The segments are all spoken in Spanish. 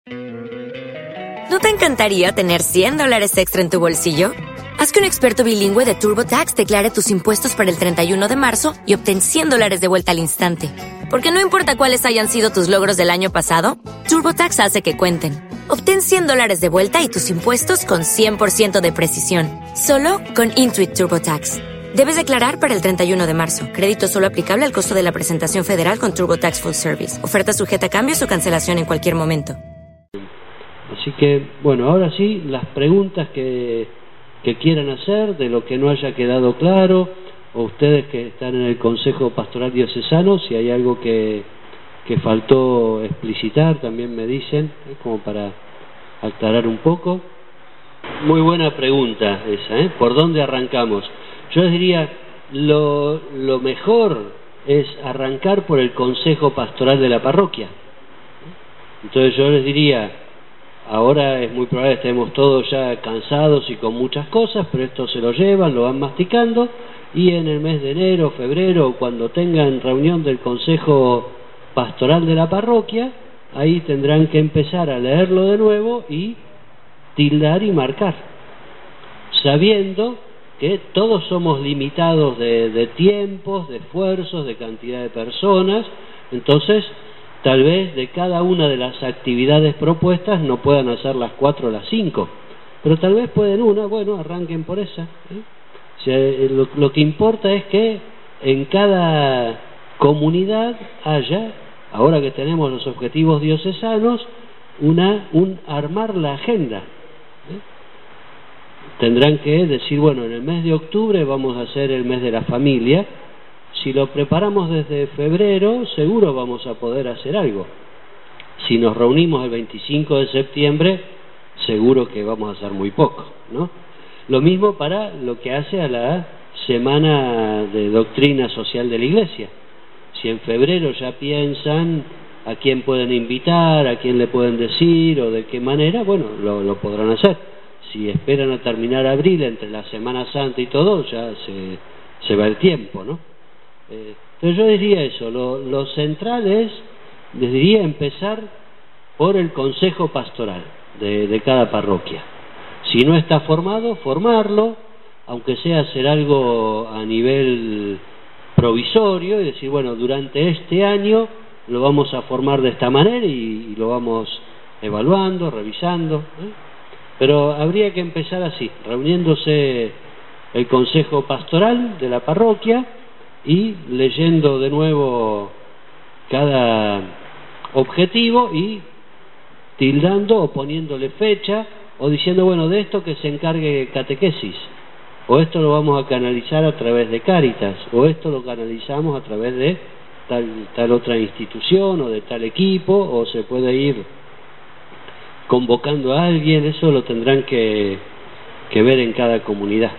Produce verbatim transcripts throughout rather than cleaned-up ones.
¿No te encantaría tener cien dólares extra en tu bolsillo? Haz que un experto bilingüe de TurboTax declare tus impuestos para el treinta y uno de marzo y obtén cien dólares de vuelta al instante. Porque no importa cuáles hayan sido tus logros del año pasado, TurboTax hace que cuenten. Obtén cien dólares de vuelta y tus impuestos con cien por ciento de precisión. Solo con Intuit TurboTax. Debes declarar para el treinta y uno de marzo. Crédito solo aplicable al costo de la presentación federal con TurboTax Full Service. Oferta sujeta a cambios o cancelación en cualquier momento. Así que, bueno, ahora sí, las preguntas que, que quieran hacer, de lo que no haya quedado claro, o ustedes que están en el Consejo Pastoral Diocesano, si hay algo que, que faltó explicitar, también me dicen, ¿eh? Como para aclarar un poco. Muy buena pregunta esa, ¿eh? ¿Por dónde arrancamos? Yo les diría, lo, lo mejor es arrancar por el Consejo Pastoral de la Parroquia. Entonces yo les diría, ahora es muy probable que estemos todos ya cansados y con muchas cosas, pero esto se lo llevan, lo van masticando, y en el mes de enero, febrero, cuando tengan reunión del Consejo Pastoral de la Parroquia, ahí tendrán que empezar a leerlo de nuevo y tildar y marcar, sabiendo que todos somos limitados de, de tiempos, de esfuerzos, de cantidad de personas. Entonces tal vez de cada una de las actividades propuestas no puedan hacer las cuatro o las cinco, pero tal vez pueden una, bueno, arranquen por esa, ¿eh? O sea, lo, lo que importa es que en cada comunidad haya, ahora que tenemos los objetivos diocesanos, una, un armar la agenda, ¿eh? Tendrán que decir, bueno, en el mes de octubre vamos a hacer el mes de la familia. Si lo preparamos desde febrero, seguro vamos a poder hacer algo. Si nos reunimos el veinticinco de septiembre, seguro que vamos a hacer muy poco, ¿no? Lo mismo para lo que hace a la Semana de Doctrina Social de la Iglesia. Si en febrero ya piensan a quién pueden invitar, a quién le pueden decir o de qué manera, bueno, lo, lo podrán hacer. Si esperan a terminar abril, entre la Semana Santa y todo, ya se, se va el tiempo, ¿no? Eh, entonces yo diría eso, lo, lo central es, les diría, empezar por el consejo pastoral de, de cada parroquia. Si no está formado, formarlo, aunque sea hacer algo a nivel provisorio y decir, bueno, durante este año lo vamos a formar de esta manera y, y lo vamos evaluando, revisando, ¿eh? Pero habría que empezar así, reuniéndose el consejo pastoral de la parroquia y leyendo de nuevo cada objetivo y tildando o poniéndole fecha o diciendo, bueno, de esto que se encargue catequesis, o esto lo vamos a canalizar a través de Cáritas, o esto lo canalizamos a través de tal, tal otra institución o de tal equipo, o se puede ir convocando a alguien. Eso lo tendrán que, que ver en cada comunidad.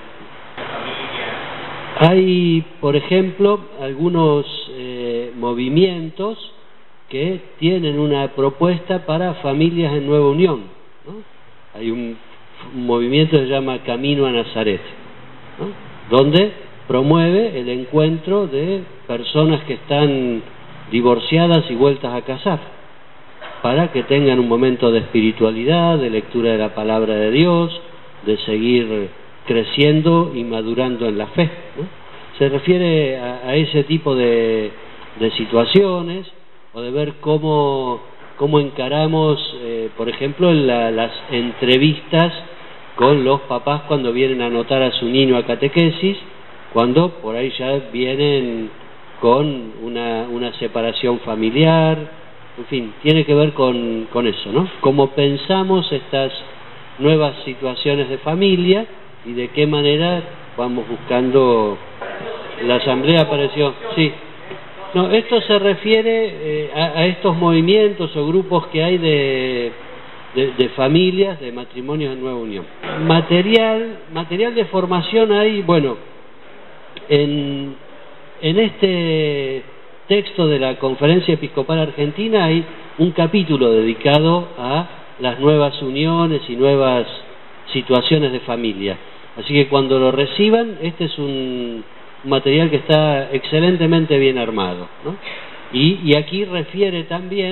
Hay, por ejemplo, algunos eh, movimientos que tienen una propuesta para familias en nueva unión, ¿no? Hay un, un movimiento que se llama Camino a Nazaret, ¿no? Donde promueve el encuentro de personas que están divorciadas y vueltas a casar, para que tengan un momento de espiritualidad, de lectura de la palabra de Dios, de seguir creciendo y madurando en la fe, ¿no? Se refiere a, a ese tipo de, de situaciones, o de ver cómo, cómo encaramos, eh, por ejemplo, la, las entrevistas con los papás cuando vienen a anotar a su niño a catequesis, cuando por ahí ya vienen con una, una separación familiar. En fin, tiene que ver con, con eso, ¿no? Cómo pensamos estas nuevas situaciones de familia y de qué manera vamos buscando. La asamblea apareció, sí. No, esto se refiere eh, a, a estos movimientos o grupos que hay de, de, de familias, de matrimonios en nueva unión. Material, material de formación hay, bueno, en, en este texto de la Conferencia Episcopal Argentina hay un capítulo dedicado a las nuevas uniones y nuevas situaciones de familia. Así que cuando lo reciban, este es un material que está excelentemente bien armado, ¿no? Y, y aquí refiere también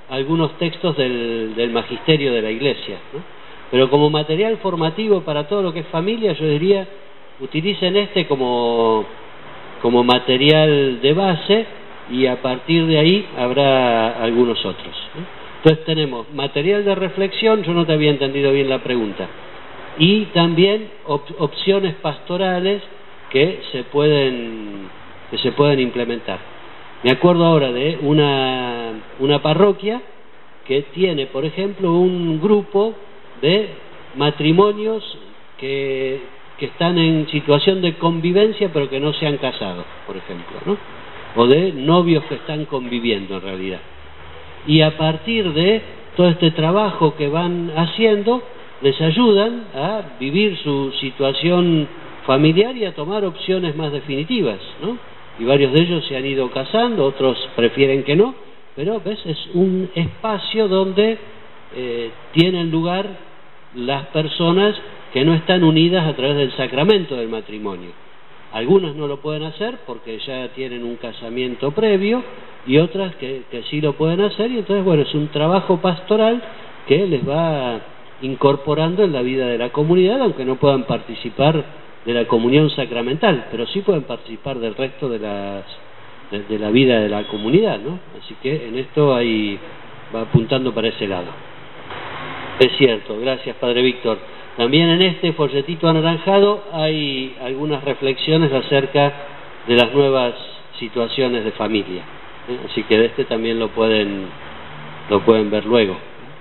algunos textos del, del magisterio de la Iglesia, ¿no? Pero como material formativo para todo lo que es familia, yo diría, utilicen este como, como material de base y a partir de ahí habrá algunos otros, ¿no? Entonces tenemos material de reflexión, yo no te había entendido bien la pregunta, y también op opciones pastorales que se pueden, que se pueden implementar. Me acuerdo ahora de una, una parroquia que tiene, por ejemplo, un grupo de matrimonios que, que están en situación de convivencia pero que no se han casado, por ejemplo, ¿no? O de novios que están conviviendo en realidad. Y a partir de todo este trabajo que van haciendo, les ayudan a vivir su situación familiar y a tomar opciones más definitivas, ¿no? Y varios de ellos se han ido casando, otros prefieren que no, pero ves, es un espacio donde eh, tienen lugar las personas que no están unidas a través del sacramento del matrimonio. Algunas no lo pueden hacer porque ya tienen un casamiento previo y otras que, que sí lo pueden hacer, y entonces bueno, es un trabajo pastoral que les va incorporando en la vida de la comunidad, aunque no puedan participar de la comunión sacramental, pero sí pueden participar del resto de, las, de, de la vida de la comunidad, ¿no? Así que en esto ahí va apuntando para ese lado. Es cierto, gracias Padre Víctor. También en este folletito anaranjado hay algunas reflexiones acerca de las nuevas situaciones de familia, ¿eh? Así que de este también lo pueden, lo pueden ver luego.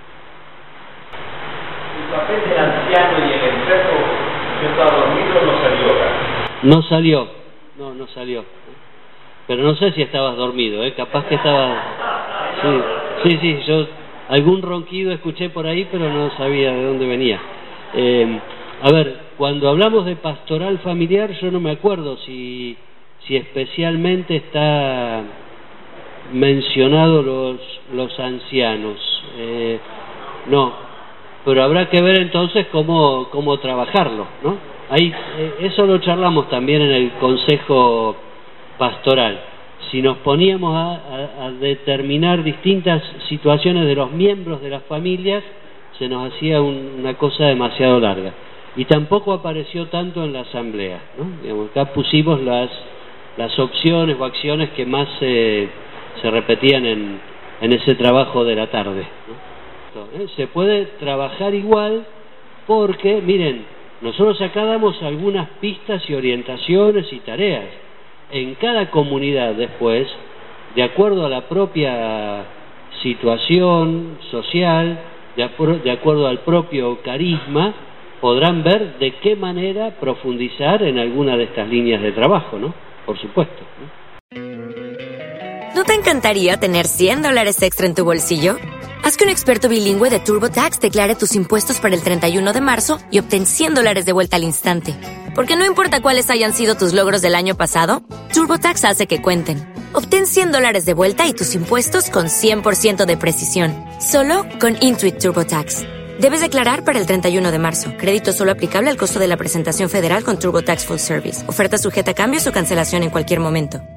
El papel del anciano y el enfermo, yo estaba dormido, no salió acá. No salió, no, no salió. Pero no sé si estabas dormido, ¿eh? Capaz que estabas... Sí, sí, sí, yo algún ronquido escuché por ahí, pero no sabía de dónde venía. Eh, a ver, cuando hablamos de pastoral familiar, yo no me acuerdo si, si especialmente está mencionado los, los ancianos. Eh, no, pero habrá que ver entonces cómo, cómo trabajarlo, ¿no? Ahí, eh, eso lo charlamos también en el Consejo Pastoral. Si nos poníamos a, a, a determinar distintas situaciones de los miembros de las familias, se nos hacía un, una cosa demasiado larga. Y tampoco apareció tanto en la asamblea, ¿no? Digamos, acá pusimos las, las opciones o acciones que más se, se repetían en, en ese trabajo de la tarde, ¿no? ¿Eh? Se puede trabajar igual porque, miren, nosotros acá damos algunas pistas y orientaciones y tareas. En cada comunidad después, de acuerdo a la propia situación social, de, de acuerdo al propio carisma, podrán ver de qué manera profundizar en alguna de estas líneas de trabajo, ¿no? Por supuesto, ¿no? ¿No te encantaría tener cien dólares extra en tu bolsillo? Haz que un experto bilingüe de TurboTax declare tus impuestos para el treinta y uno de marzo y obtén cien dólares de vuelta al instante. Porque no importa cuáles hayan sido tus logros del año pasado, TurboTax hace que cuenten. Obtén cien dólares de vuelta y tus impuestos con cien por ciento de precisión. Solo con Intuit TurboTax. Debes declarar para el treinta y uno de marzo. Crédito solo aplicable al costo de la presentación federal con TurboTax Full Service. Oferta sujeta a cambios o cancelación en cualquier momento.